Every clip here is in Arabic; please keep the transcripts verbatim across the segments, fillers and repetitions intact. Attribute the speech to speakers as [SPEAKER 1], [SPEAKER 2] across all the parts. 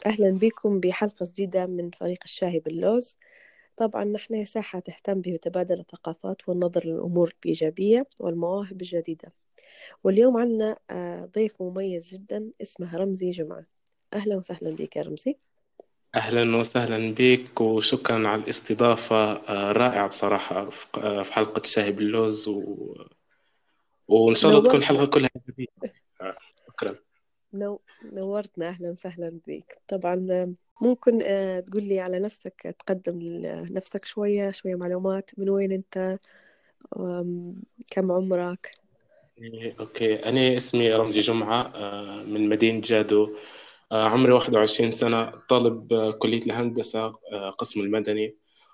[SPEAKER 1] أهلا بكم بحلقة جديدة من فريق الشاهي باللوز. طبعا نحن ساحة تهتم بتبادل الثقافات والنظر للأمور بإيجابية والمواهب الجديدة. واليوم عنا آه، ضيف مميز جدا اسمه رمزي جمعة. أهلا وسهلا بك يا رمزي.
[SPEAKER 2] أهلا وسهلا بك وشكرا على الاستضافة. آه، رائعة بصراحة في آه، في حلقة شاهي باللوز و... وإن شاء الله تكون
[SPEAKER 1] نورتنا.
[SPEAKER 2] حلقة كلها جديدة. آه، شكرا.
[SPEAKER 1] نو... نورتنا، أهلا وسهلا بك. طبعا آه، ممكن آه، تقول لي على نفسك، تقدم نفسك شوية شوية معلومات، من وين أنت؟ آم، كم عمرك؟
[SPEAKER 2] إيه، أوكي، أنا اسمي رمزي جمعة، آه، من مدينة جادو. آه، عمري واحد وعشرين سنة، طالب آه، كلية الهندسة، آه، قسم المدني.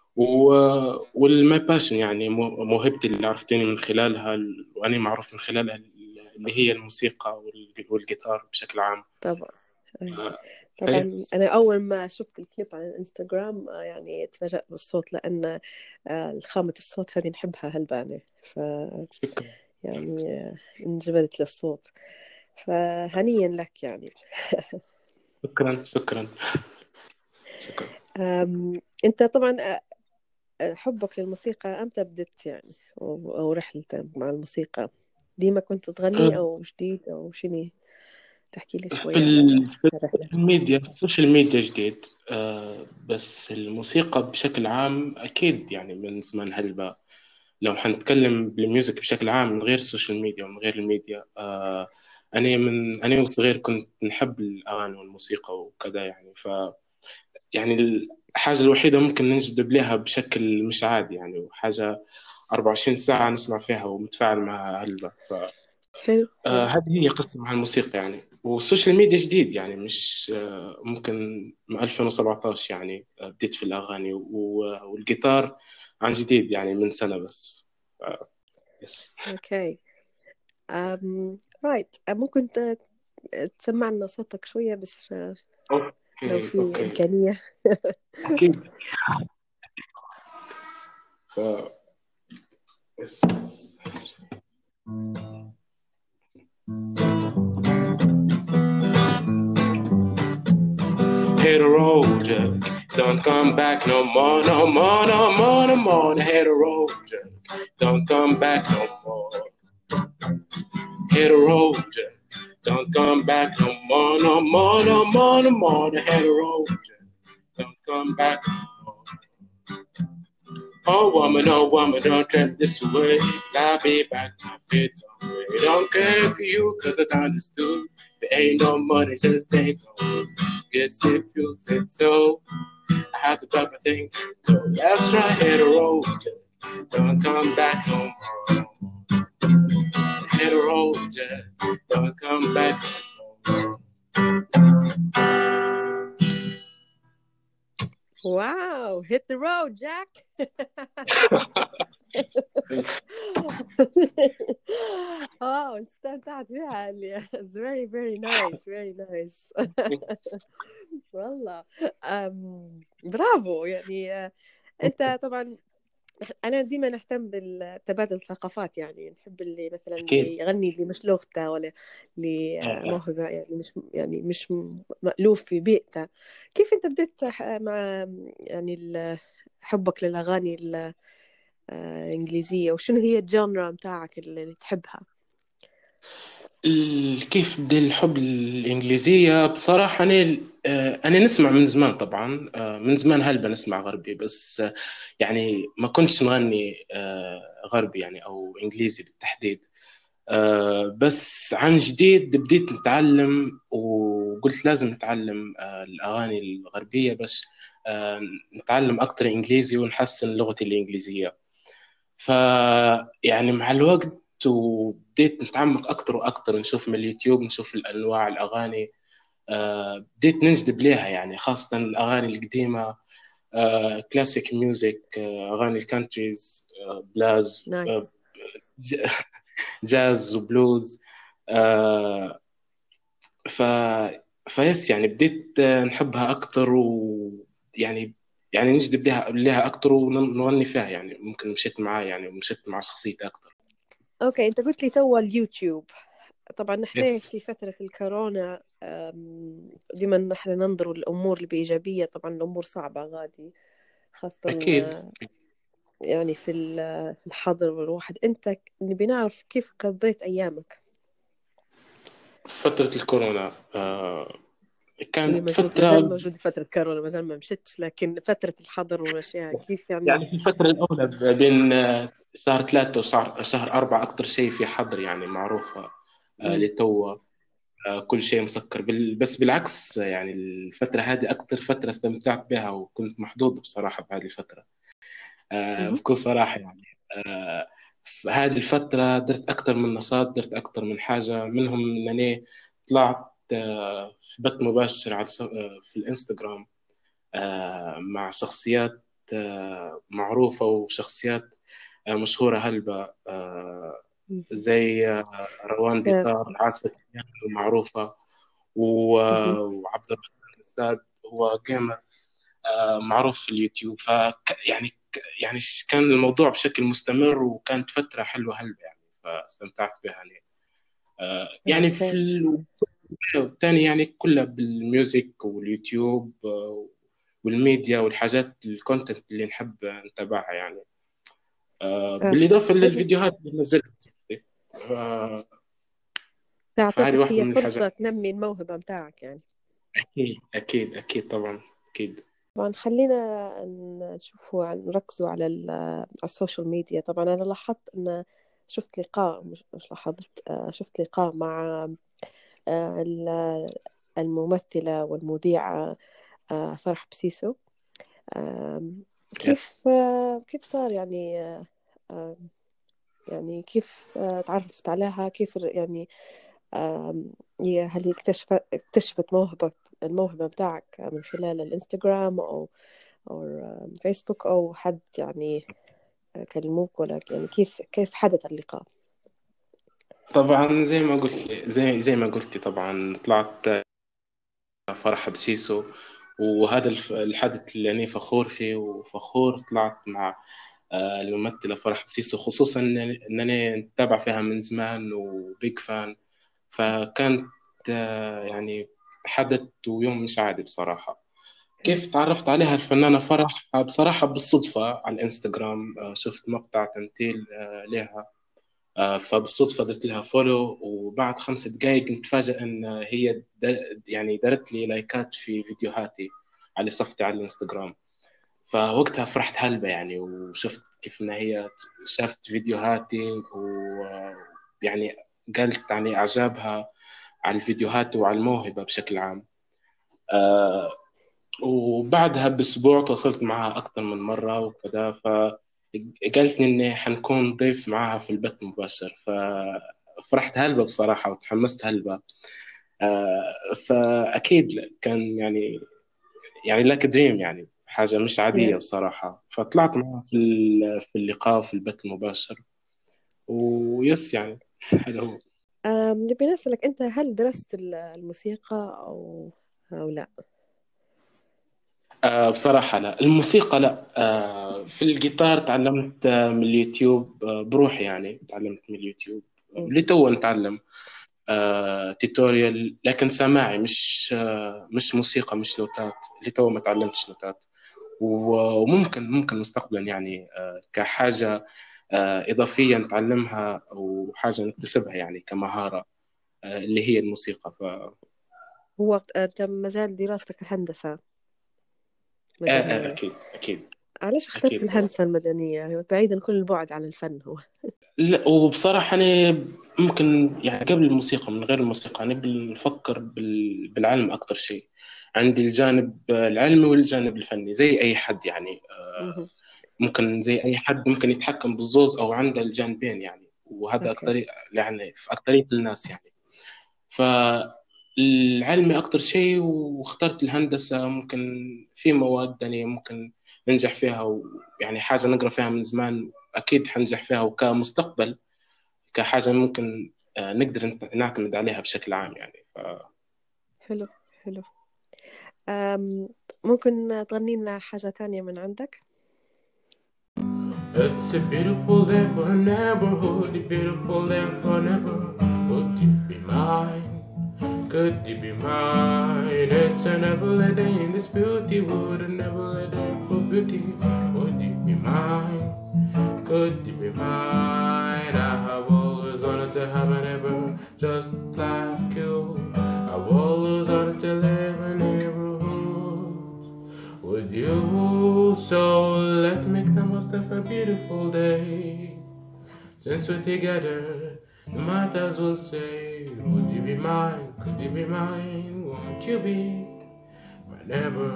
[SPEAKER 2] والماي باشن يعني مو- موهبتي اللي عرفتني من خلالها، وأنا معروف من خلالها، اللي هي الموسيقى والج- والجيتار بشكل عام.
[SPEAKER 1] طبعا.
[SPEAKER 2] آه،
[SPEAKER 1] طبعا
[SPEAKER 2] بس
[SPEAKER 1] أنا أول ما شفت الكليب على الإنستغرام آه، يعني تفاجأت بالصوت، لأن آه، خامة الصوت هذه نحبها هلبانة. ف
[SPEAKER 2] شكرا.
[SPEAKER 1] يعني آه، انجبلت للصوت، فهنيا لك يعني.
[SPEAKER 2] شكرا شكرا شكرا.
[SPEAKER 1] أم، أنت طبعا آه، حبك للموسيقى أمتى بدت يعني، أو أو رحلتك مع الموسيقى؟ ديما كنت تغني أو جديد أو شني؟ تحكي لي
[SPEAKER 2] في
[SPEAKER 1] شوية على
[SPEAKER 2] ال- في
[SPEAKER 1] الرحلة.
[SPEAKER 2] الميديا في السوشيال ميديا جديد، آه، بس الموسيقى بشكل عام أكيد يعني من زمان هلبا. لو حنتكلم بالميوزك بشكل عام من غير السوشيال ميديا ومن غير الميديا، آه، أنا من أنا وصغير كنت نحب الأغاني والموسيقى وكذا يعني. ف يعني الحاجة الوحيدة ممكن ننجذب لها بشكل مش عادي يعني، وحاجة أربعة وعشرين ساعة نسمع فيها ومتفاعل معها هلبا.
[SPEAKER 1] حلو
[SPEAKER 2] آه،
[SPEAKER 1] حلو.
[SPEAKER 2] هذه هي قصتي مع الموسيقى يعني. والسوشيال ميديا جديد يعني، مش آه، ممكن من ألفين وسبعطعش يعني، آه، بديت في الأغاني و- والجيتار عن جديد يعني من سنة بس. آه، يس.
[SPEAKER 1] أوكي. أم... رايت، ممكن ت- تسمعنا صوتك شوية بس آه، لو
[SPEAKER 2] أوكي
[SPEAKER 1] في
[SPEAKER 2] أوكي.
[SPEAKER 1] إمكانية.
[SPEAKER 2] أكيد. ف يس. Hit a road, Jack. Don't come back no more, no more, no more, no more. Hit a road, Jack. Don't come back no more. Hit a road, Jack. Don't come back no more, no more, no more, no more. Hit a road, Jack. Don't come back no more. Oh woman, oh woman, don't tread this way. I'll be back, my feet away. Don't care for you, cause I understood. There ain't no money, just ain't no. Guess if you said so, I have to drop my thing. So that's right, hit a road. Don't come back no more. Hit a road, don't come back no more.
[SPEAKER 1] واو، hit the road Jack. اه استمتعت بها يعني. It's very very nice, very nice. والله. أم، برافو يعني. آه، انت طبعا، انا ديما نهتم بالتبادل الثقافات، يعني نحب اللي مثلا اللي
[SPEAKER 2] أكيد.
[SPEAKER 1] يغني اللي مش لغته، ولا اللي
[SPEAKER 2] آه.
[SPEAKER 1] موهبه يعني مش يعني مش مألوف في بيئته. كيف انت بديت ح- مع يعني ال- حبك للاغاني الانجليزيه، وشنو هي الجانرا متاعك اللي تحبها؟
[SPEAKER 2] ال- كيف بدي الحب الإنجليزية؟ بصراحة أنا آه، أنا نسمع من زمان طبعا، آه، من زمان هلبا نسمع غربي، بس آه، يعني ما كنتش نغني آه، غربي يعني أو إنجليزي بالتحديد. آه، بس عن جديد بديت نتعلم، وقلت لازم نتعلم آه، الأغاني الغربية، بس آه، نتعلم أكتر إنجليزي ونحسن لغتي الإنجليزية. ف يعني مع الوقت وبديت نتعمق أكتر وأكتر، نشوف من اليوتيوب، نشوف الأنواع الأغاني. آه، بديت ننجذب ليها يعني، خاصة الأغاني القديمة، آه، كلاسيك ميوزك، آه، أغاني الكانتريز، آه، بلاز، آه،
[SPEAKER 1] نايس.
[SPEAKER 2] ج- جاز وبلوز. آه، ف فيس يعني بديت آه، نحبها أكتر، ويعني يعني نجذب لها لها أكتر ونغني فيها يعني. ممكن مشيت معاه يعني، ومشيت مع شخصيتي أكتر.
[SPEAKER 1] اوكي، انت قلت لي تو اليوتيوب. طبعا نحن في
[SPEAKER 2] يس
[SPEAKER 1] فترة الكورونا، أم، ديما نحن ننظر الأمور اللي بإيجابية. طبعا الأمور صعبة غادي، خاصة
[SPEAKER 2] أكيد.
[SPEAKER 1] آه، يعني في ال- في الحظر والواحد. أنت نبي نعرف كيف قضيت أيامك.
[SPEAKER 2] فترة الكورونا آه
[SPEAKER 1] هي
[SPEAKER 2] كانت
[SPEAKER 1] موجود، مازال
[SPEAKER 2] فترة،
[SPEAKER 1] موجودة فترة كورونا، مازال ما مشتش، لكن فترة الحظر والأشياء كيف يعني.
[SPEAKER 2] يعني في الفترة الأولى ب- بين آه، شهر ثلاثة وشهر شهر أربعة أكثر شيء في حظر يعني معروفة. آه
[SPEAKER 1] مم.
[SPEAKER 2] لتو آه كل شيء مسكر بال... بس بالعكس، آه، يعني الفترة هذه أكثر فترة استمتعت بها، وكنت محظوظ بصراحة بهذه الفترة. آه
[SPEAKER 1] مهم.
[SPEAKER 2] بكل صراحة يعني. آه في هذه الفترة درت أكثر من نشاط، درت أكثر من حاجة، منهم أنني طلعت آه في بث مباشر على الس- آه، في الإنستغرام آه مع شخصيات آه معروفة، وشخصيات آه مشهورة هلبة، آه
[SPEAKER 1] مهم.
[SPEAKER 2] زي آه روان
[SPEAKER 1] كيف.
[SPEAKER 2] ديتار عازفة بيانو معروفة، و-
[SPEAKER 1] مهم.
[SPEAKER 2] وعبد الرحمن الساد هو جيمر آه، معروف في اليوتيوب. ف يعني ك- يعني ش- كان الموضوع بشكل مستمر، وكانت فترة حلوة هلبة يعني، فاستمتعت بها يعني. آه، يعني في
[SPEAKER 1] أوكي.
[SPEAKER 2] ال- الثاني يعني كلها بالميوزك واليوتيوب آه، والميديا والحاجات الكونتنت اللي نحب نتابعها يعني، آه،
[SPEAKER 1] آه،
[SPEAKER 2] بالإضافة
[SPEAKER 1] حلو.
[SPEAKER 2] للفيديوهات اللي نزلت. آه، فهذه
[SPEAKER 1] تعطيتك
[SPEAKER 2] واحدة
[SPEAKER 1] هي
[SPEAKER 2] من
[SPEAKER 1] فرصة
[SPEAKER 2] الحاجات.
[SPEAKER 1] تنمي الموهبة متاعك يعني.
[SPEAKER 2] أكيد أكيد أكيد طبعا. أكيد.
[SPEAKER 1] طبعا خلينا نشوفوا عن- نركزوا على ال- على السوشيال ميديا. طبعا أنا لاحظت أن شفت لقاء، مش مش لاحظت، آه، شفت لقاء مع آه، ال- الممثلة والمذيعة آه، فرح بسيسو. آم،
[SPEAKER 2] يس.
[SPEAKER 1] كيف آه، كيف صار يعني، آه، آم، يعني كيف آه، تعرفت عليها، كيف يعني، آم، هي- هل هي اكتشفت اكتشفت موهبة الموهبة بتاعك من خلال الانستغرام أو أو فيسبوك، أو حد يعني كلموك، ولا يعني كيف كيف حدث اللقاء؟
[SPEAKER 2] طبعا زي ما قلت لي، زي زي ما قلتي طبعا طلعت فرحة بسيسو، وهذا الف- الحدث اللي أنا فخور فيه، وفخور طلعت مع آه، الممثلة فرح بسيسو، خصوصا إن- إنني نتابع فيها من زمان وبيج فان. فكانت آه، يعني حدث ويوم مش عادي بصراحة. كيف تعرفت عليها الفنانة فرح؟ بصراحة بالصدفة على الانستغرام، آه، شفت مقطع تمثيل آه، لها، آه، فبالصدفة درت لها فولو، وبعد خمس دقائق نتفاجأ إن هي د- يعني دارت لي لايكات في فيديوهاتي على صفحتي على الانستغرام. فوقتها فرحت هلبة يعني، وشفت كيف إن هي شافت فيديوهاتي، ويعني قالت يعني إعجابها على الفيديوهات وعلى الموهبة بشكل عام. آه، وبعدها بأسبوع تواصلت معها أكثر من مرة وكذا، فقالت لي إني حنكون ضيف معها في البث المباشر. ففرحت هلبة بصراحة، وتحمست هلبة. آه، فأكيد كان يعني يعني لك دريم يعني، حاجة مش عادية
[SPEAKER 1] Yeah.
[SPEAKER 2] بصراحة. فطلعت معها في ال- في اللقاء في البث المباشر، ويس يعني هذا هو.
[SPEAKER 1] أم، نبي نسألك أنت، هل درست ال- الموسيقى أو أو لا؟
[SPEAKER 2] آه بصراحة لا، الموسيقى لا. آه في الجيتار تعلمت آه من اليوتيوب، آه بروحي يعني تعلمت من اليوتيوب
[SPEAKER 1] مم.
[SPEAKER 2] لتو نتعلم آه تيتوريال، لكن سماعي، مش آه مش موسيقى، مش نوتات، لتو ما تعلمتش نوتات. و- وممكن ممكن مستقبلا يعني آه كحاجة آه إضافية نتعلمها، أو حاجة نكتسبها يعني كمهارة، آه اللي هي الموسيقى. ف آه
[SPEAKER 1] هو أنت مجال دراستك الهندسة
[SPEAKER 2] آه
[SPEAKER 1] مدنية،
[SPEAKER 2] أكيد أكيد.
[SPEAKER 1] علاش اخترت
[SPEAKER 2] أكيد طبعا.
[SPEAKER 1] الهندسة المدنية بعيدا كل البعد عن الفن هو؟
[SPEAKER 2] لا، وبصراحة أنا ممكن يعني قبل الموسيقى، من غير الموسيقى أنا بنفكر بال- بالعلم أكتر شيء. عندي الجانب العلمي والجانب الفني زي أي حد يعني.
[SPEAKER 1] مهم.
[SPEAKER 2] ممكن زي أي حد ممكن يتحكم بالزوز، أو عنده الجانبين يعني، وهذا
[SPEAKER 1] أوكي.
[SPEAKER 2] أكتر يعني في أكترية الناس يعني. فالعلمي أكتر شيء، واخترت الهندسة. ممكن في مواد تانية ممكن ننجح فيها، ويعني حاجة نقرأ فيها من زمان أكيد حنجح فيها، وكمستقبل كحاجة ممكن آه، نقدر نت- نعتمد عليها بشكل عام يعني. ف...
[SPEAKER 1] حلو. حلو. أم، ممكن تغني لنا حاجة تانية من عندك؟
[SPEAKER 2] It's a beautiful day for a neighborhood, a beautiful day for a neighborhood. Would you be mine? Could you be mine? It's a never-ending dispute. You would a never-ending for beauty. Would you be mine? Could you be mine? I have always wanted to have an ever just like you. I've always wanted to live in neighborhood with you. So let's make the most of a beautiful day. Since we're together, you might as well say, would you be mine? Could you be mine? Won't you be my neighbor?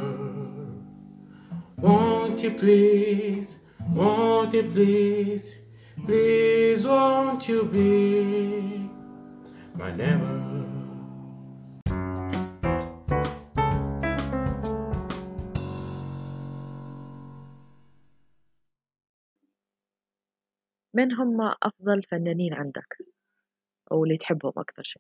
[SPEAKER 2] Won't you please? Won't you please? Please won't you be my neighbor?
[SPEAKER 3] من هم أفضل فنانين عندك أو اللي تحبهم أكثر شيء؟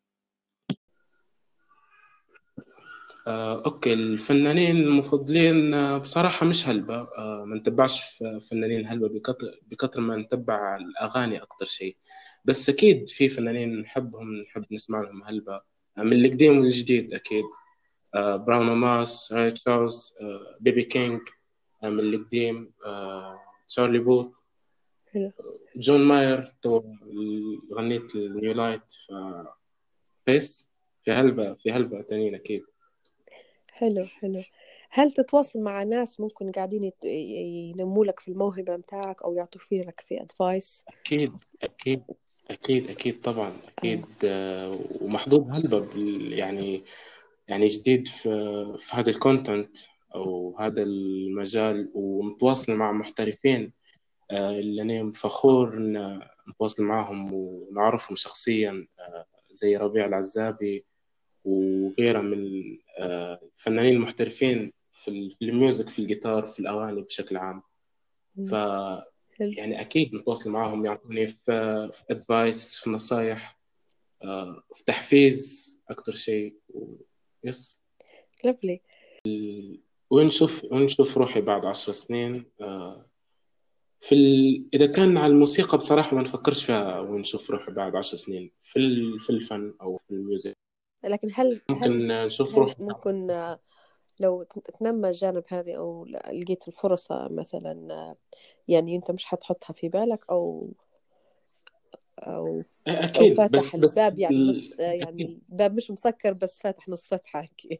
[SPEAKER 2] آه، أوكي، الفنانين المفضلين آه، بصراحة مش هلبة. آه، ما نتبعش في فنانين هلبة بكتر بكتر ما نتبع الأغاني أكتر شيء. بس أكيد في فنانين نحبهم، نحب نسمع لهم هلبة، آه، من القديم والجديد أكيد. آه، براونو ماس، راي تشارلز، آه، بيبي كينج، آه، من القديم، آه، تشارلي بوث،
[SPEAKER 1] حلو
[SPEAKER 2] جون ماير، تو غنيت النيو لايت. ف بس في هلبة في هلبة تانيين أكيد.
[SPEAKER 1] حلو حلو. هل تتواصل مع ناس ممكن قاعدين يت- ينموا لك في الموهبة متاعك أو يعطوا فيه لك في أدفايس؟
[SPEAKER 2] أكيد أكيد أكيد أكيد طبعا
[SPEAKER 1] آه.
[SPEAKER 2] أكيد. آه، ومحظوظ هلبة بال- يعني يعني جديد في في هذا الكونتنت أو هذا المجال، ومتواصل مع محترفين، آه، اللي أنا فخور إن نتواصل معهم ونعرفهم شخصيا، آه، زي ربيع العزابي وغيره من آه، الفنانين المحترفين في ال- في الميوزك، في الجيتار، في الأغاني بشكل عام. ف
[SPEAKER 1] مم. حلو
[SPEAKER 2] يعني أكيد نتواصل معهم، يعطوني في في أدفايس، في نصايح، آه، في تحفيز أكتر شيء و... يس.
[SPEAKER 1] لفلي.
[SPEAKER 2] ونشوف ونشوف روحي بعد عشر سنين، آه، في ال... إذا كان على الموسيقى بصراحة ما نفكرش فيها، ونشوف روحي بعد عشر سنين في ال... في الفن أو في الميوزك.
[SPEAKER 1] لكن هل هل
[SPEAKER 2] ممكن نشوف
[SPEAKER 1] هل
[SPEAKER 2] روحي بعد
[SPEAKER 1] ممكن
[SPEAKER 2] عشر سنين.
[SPEAKER 1] آه، لو ت- تنمى الجانب هذه أو ل- لقيت الفرصة مثلا، آه، يعني أنت مش حتحطها في بالك أو أو أو
[SPEAKER 2] أكيد،
[SPEAKER 1] فاتح
[SPEAKER 2] بس بس
[SPEAKER 1] الباب، يعني نص،
[SPEAKER 2] ال...
[SPEAKER 1] آه، يعني
[SPEAKER 2] أكيد
[SPEAKER 1] الباب مش مسكر بس فاتح نص فتحة هيك.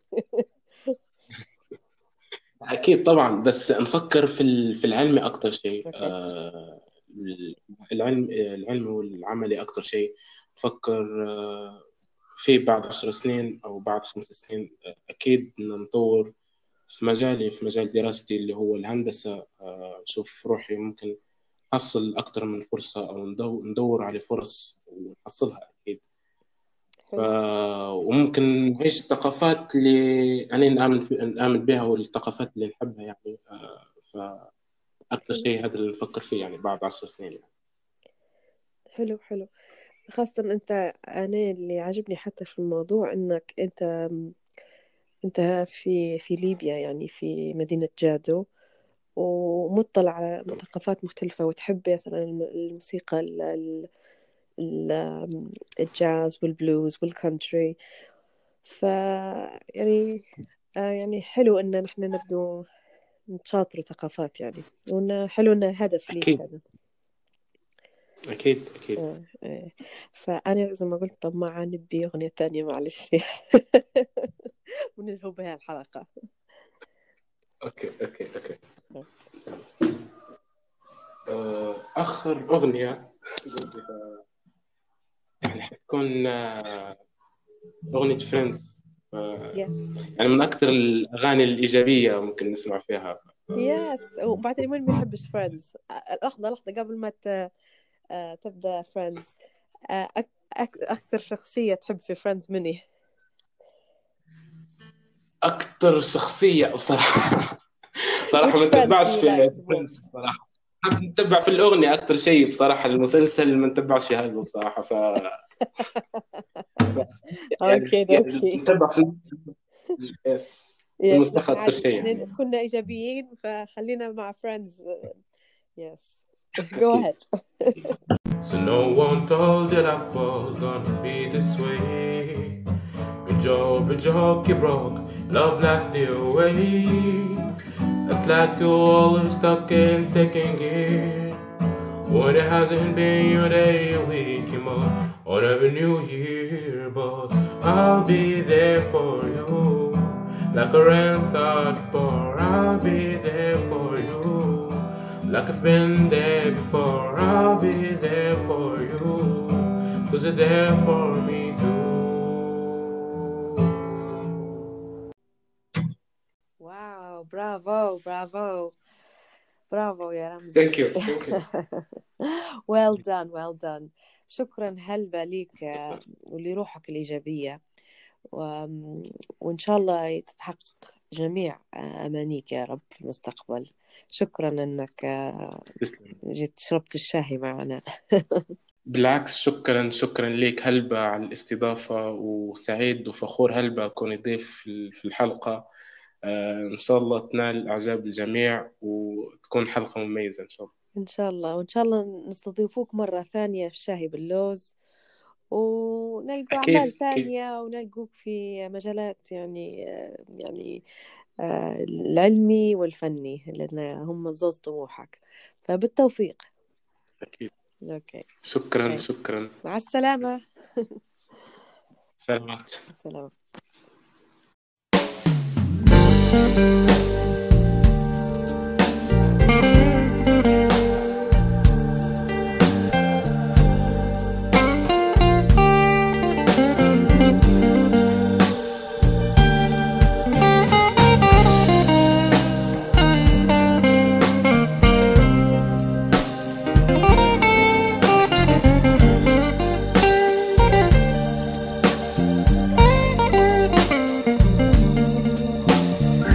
[SPEAKER 2] أكيد طبعا، بس نفكر في ال- في العلمي أكتر شيء.
[SPEAKER 1] أوكي.
[SPEAKER 2] آه، العلم العلمي والعملي أكتر شيء. نفكر آه، في بعد عشر سنين أو بعد خمس سنين، آه، أكيد إن نطور في مجالي، في مجال دراستي اللي هو الهندسة. آه، أشوف روحي ممكن أحصل أكتر من فرصة، أو ندو- ندور على فرص ونحصلها أكيد. ف...
[SPEAKER 1] حلو
[SPEAKER 2] وممكن نعيش الثقافات اللي أنا نآمن في... نآمن بها، والثقافات اللي نحبها يعني. آه، فأكثر
[SPEAKER 1] حلو
[SPEAKER 2] شيء هذا اللي نفكر فيه يعني بعد عشر سنين يعني.
[SPEAKER 1] حلو حلو. خاصة أنت، أنا اللي عجبني حتى في الموضوع إنك أنت أنت في في ليبيا، يعني في مدينة جادو، ومطلع على ثقافات مختلفة، وتحب مثلا الم- الموسيقى ال- ال- ال- الجاز والبلوز والكونتري. ف يعني آه، يعني حلو إن نحن نبدو نتشاطروا ثقافات، يعني وإن حلو إن هدف ليك
[SPEAKER 2] أكيد
[SPEAKER 1] هذا.
[SPEAKER 2] أكيد أكيد.
[SPEAKER 1] آه، آه. فأنا زي ما قلت، طب ما نبي أغنية تانية معلش. وننهوا بها الحلقة.
[SPEAKER 2] أوكي أوكي أوكي. آه، آخر أغنية يعني حتكون آه، أغنية فريندز.
[SPEAKER 1] يس
[SPEAKER 2] يعني من أكثر الأغاني الإيجابية ممكن نسمع فيها.
[SPEAKER 1] يس. وبعدين مين ما يحبش فريندز؟ لحظة لحظة قبل ما ت- آه، تبدأ فريندز، أكثر شخصية تحب في فريندز مني؟
[SPEAKER 2] أكثر شخصية بصراحة صراحة
[SPEAKER 1] Which
[SPEAKER 2] ما
[SPEAKER 1] friends do
[SPEAKER 2] نتبعش
[SPEAKER 1] you
[SPEAKER 2] في
[SPEAKER 1] like the
[SPEAKER 2] فريندز
[SPEAKER 1] most؟
[SPEAKER 2] بصراحة. نتبع في الأغنية أكثر شيء بصراحة. المسلسل ما نتبعش في هذا بصراحة. ف يعني
[SPEAKER 1] اوكي
[SPEAKER 2] يعني
[SPEAKER 1] اوكي.
[SPEAKER 2] نتبع في يس
[SPEAKER 1] يس
[SPEAKER 2] الموسيقى
[SPEAKER 1] نحن
[SPEAKER 2] أكثر
[SPEAKER 1] عادي،
[SPEAKER 2] شيء
[SPEAKER 1] نحن
[SPEAKER 2] يعني.
[SPEAKER 1] كنا إيجابيين فخلينا مع فريندز. يس Go ahead.
[SPEAKER 2] So no one told that I was gonna be this way. But Joe, but Joe, you broke. Love not the way. It's like you're always stuck in second gear. When it hasn't been your day, a week, you month, or every new year. But I'll be there for you. Like a rain start pour, I'll be there for you. Like I've been there before, I'll be there for you. Cause you're there for me too.
[SPEAKER 1] Wow, bravo, bravo, bravo يا رمزي.
[SPEAKER 2] Thank you, thank you.
[SPEAKER 1] Well done, well done. شكرا هلبا ليك آه، ولروحك الإيجابية، و... وإن شاء الله تتحقق جميع آه، أمانيك يا رب في المستقبل. شكرا أنك آه،
[SPEAKER 2] تسلم.
[SPEAKER 1] جيت شربت الشاي معنا.
[SPEAKER 2] بالعكس، شكرا شكرا ليك هلبا على الاستضافة، وسعيد وفخور هلبا أكون ضيف في في الحلقة. آه، إن شاء الله تنال إعجاب الجميع وتكون حلقة مميزة إن شاء الله.
[SPEAKER 1] إن شاء الله، وإن شاء الله نستضيفوك مرة ثانية في الشاي باللوز، ونلقوا
[SPEAKER 2] أكيد
[SPEAKER 1] أعمال
[SPEAKER 2] أكيد.
[SPEAKER 1] ثانية، ونلقوك في مجالات يعني آه، يعني آه، العلمي والفني، لأن هم زوز طموحك. فبالتوفيق.
[SPEAKER 2] أكيد.
[SPEAKER 1] أوكي،
[SPEAKER 2] شكرا
[SPEAKER 1] طيب.
[SPEAKER 2] شكرا.
[SPEAKER 1] مع السلامة.
[SPEAKER 2] سلامات.
[SPEAKER 1] سلام.